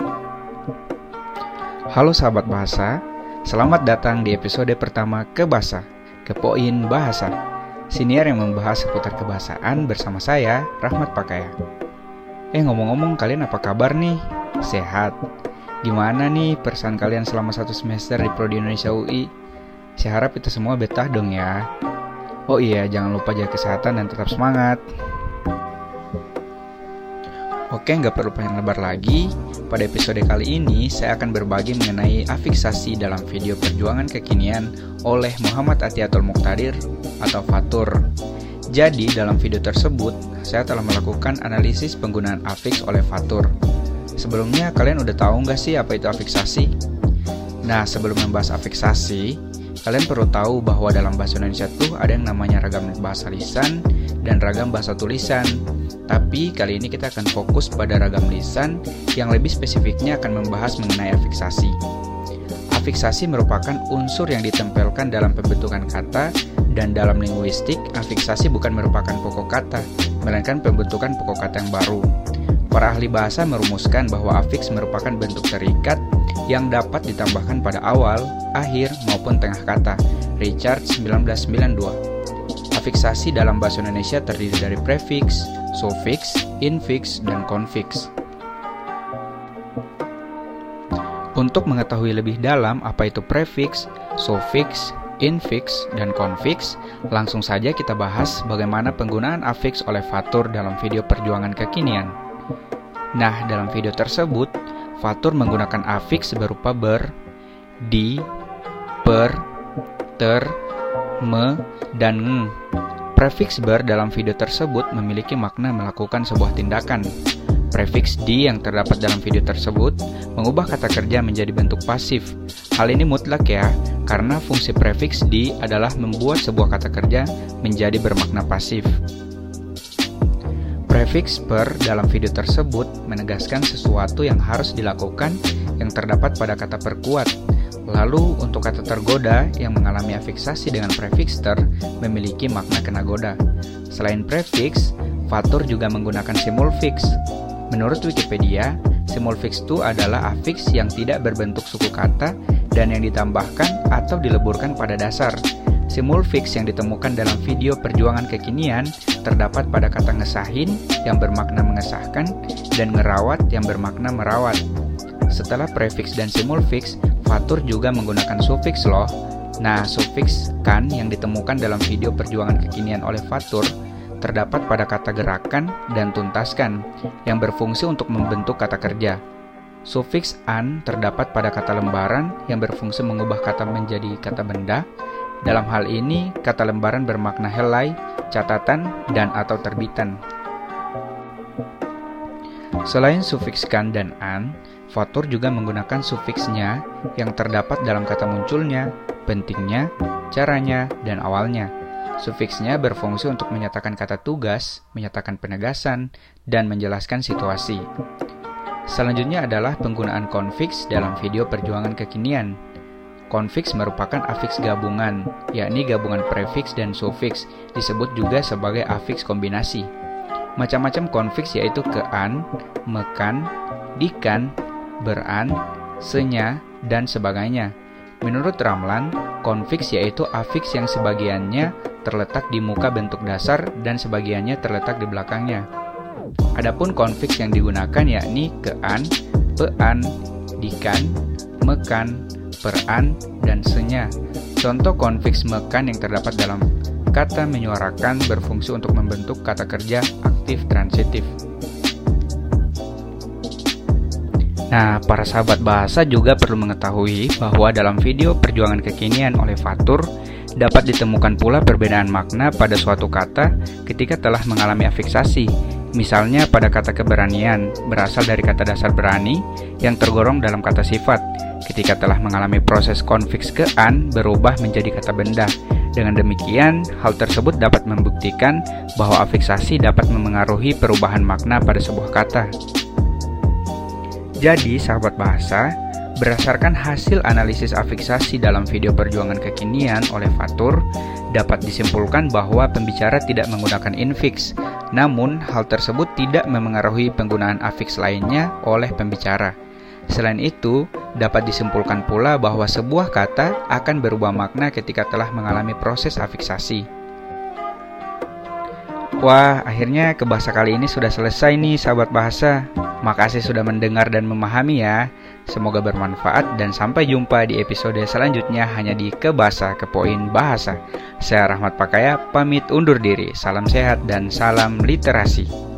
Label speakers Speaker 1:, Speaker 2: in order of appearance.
Speaker 1: Halo sahabat bahasa, selamat datang di episode pertama Kebasa, Kepoin Bahasa. Siniar yang membahas seputar kebahasaan bersama saya, Rahmat Pakaya. Ngomong-ngomong, kalian apa kabar nih? Sehat? Gimana nih perasaan kalian selama 1 semester di Prodi Indonesia UI? Saya harap kita semua betah dong ya. Oh iya, jangan lupa jaga kesehatan dan tetap semangat. Oke, nggak perlu panjang lebar lagi. Pada episode kali ini, saya akan berbagi mengenai afiksasi dalam video perjuangan kekinian oleh Muhammad Athiatul Muqtadir atau Fatur. Jadi, dalam video tersebut, saya telah melakukan analisis penggunaan afiks oleh Fatur. Sebelumnya, kalian udah tahu nggak sih apa itu afiksasi? Nah, sebelum membahas afiksasi, kalian perlu tahu bahwa dalam bahasa Indonesia tuh ada yang namanya ragam bahasa lisan dan ragam bahasa tulisan. Tapi kali ini kita akan fokus pada ragam lisan yang lebih spesifiknya akan membahas mengenai afiksasi. Afiksasi merupakan unsur yang ditempelkan dalam pembentukan kata, dan dalam linguistik, afiksasi bukan merupakan pokok kata, melainkan pembentukan pokok kata yang baru. Para ahli bahasa merumuskan bahwa afiks merupakan bentuk terikat yang dapat ditambahkan pada awal, akhir, maupun tengah kata. Richard 1992. Afiksasi dalam bahasa Indonesia terdiri dari prefiks, sufiks, infiks, dan konfiks. Untuk mengetahui lebih dalam apa itu prefiks, sufiks, infiks, dan konfiks, langsung saja kita bahas bagaimana penggunaan afiks oleh Fatur dalam video perjuangan kekinian. Nah, dalam video tersebut, Fatur menggunakan afiks berupa ber, di, per, ter, me, dan ng. Prefiks ber dalam video tersebut memiliki makna melakukan sebuah tindakan. Prefiks di yang terdapat dalam video tersebut mengubah kata kerja menjadi bentuk pasif. Hal ini mutlak ya, karena fungsi prefiks di adalah membuat sebuah kata kerja menjadi bermakna pasif. Prefiks per dalam video tersebut menegaskan sesuatu yang harus dilakukan yang terdapat pada kata perkuat. Lalu untuk kata tergoda yang mengalami afiksasi dengan prefiks ter memiliki makna kena goda. Selain prefiks, Fatur juga menggunakan simulfiks. Menurut Wikipedia, simulfiks itu adalah afiks yang tidak berbentuk suku kata dan yang ditambahkan atau dileburkan pada dasar. Simulfiks yang ditemukan dalam video perjuangan kekinian terdapat pada kata ngesahin yang bermakna mengesahkan dan ngerawat yang bermakna merawat. Setelah prefiks dan simulfiks, Fatur juga menggunakan sufiks loh. Nah, sufiks kan yang ditemukan dalam video perjuangan kekinian oleh Fatur terdapat pada kata gerakan dan tuntaskan yang berfungsi untuk membentuk kata kerja. Sufiks an terdapat pada kata lembaran yang berfungsi mengubah kata menjadi kata benda. Dalam hal ini, kata lembaran bermakna helai, catatan, dan atau terbitan. Selain sufiks kan dan an, Fatur juga menggunakan sufiksnya yang terdapat dalam kata munculnya, pentingnya, caranya, dan awalnya. Sufiksnya berfungsi untuk menyatakan kata tugas, menyatakan penegasan, dan menjelaskan situasi. Selanjutnya adalah penggunaan konfiks dalam video perjuangan kekinian. Konfiks merupakan afiks gabungan, yakni gabungan prefiks dan sufiks, disebut juga sebagai afiks kombinasi. Macam-macam konfiks yaitu kean, mekan, dikan, beran, senya, dan sebagainya. Menurut Ramlan, konfiks yaitu afiks yang sebagiannya terletak di muka bentuk dasar dan sebagiannya terletak di belakangnya. Adapun konfiks yang digunakan yakni kean, pean, dikan, mekan, peran, dan senya. Contoh konfiks mekan yang terdapat dalam kata menyuarakan berfungsi untuk membentuk kata kerja aktif transitif. Nah, para sahabat bahasa juga perlu mengetahui bahwa dalam video perjuangan kekinian oleh Fatur dapat ditemukan pula perbedaan makna pada suatu kata ketika telah mengalami afiksasi. Misalnya pada kata keberanian berasal dari kata dasar berani yang tergolong dalam kata sifat. Ketika telah mengalami proses konfiks kean berubah menjadi kata benda. Dengan demikian, hal tersebut dapat membuktikan bahwa afiksasi dapat memengaruhi perubahan makna pada sebuah kata. Jadi, sahabat bahasa, berdasarkan hasil analisis afiksasi dalam video perjuangan kekinian oleh Fatur, dapat disimpulkan bahwa pembicara tidak menggunakan infiks. Namun, hal tersebut tidak memengaruhi penggunaan afiks lainnya oleh pembicara. Selain itu, dapat disimpulkan pula bahwa sebuah kata akan berubah makna ketika telah mengalami proses afiksasi. Wah, akhirnya kebahasa kali ini sudah selesai nih sahabat bahasa. Makasih sudah mendengar dan memahami ya. Semoga bermanfaat dan sampai jumpa di episode selanjutnya hanya di Kebahasa Kepoin Bahasa. Saya Rahmat Pakaya pamit undur diri. Salam sehat dan salam literasi.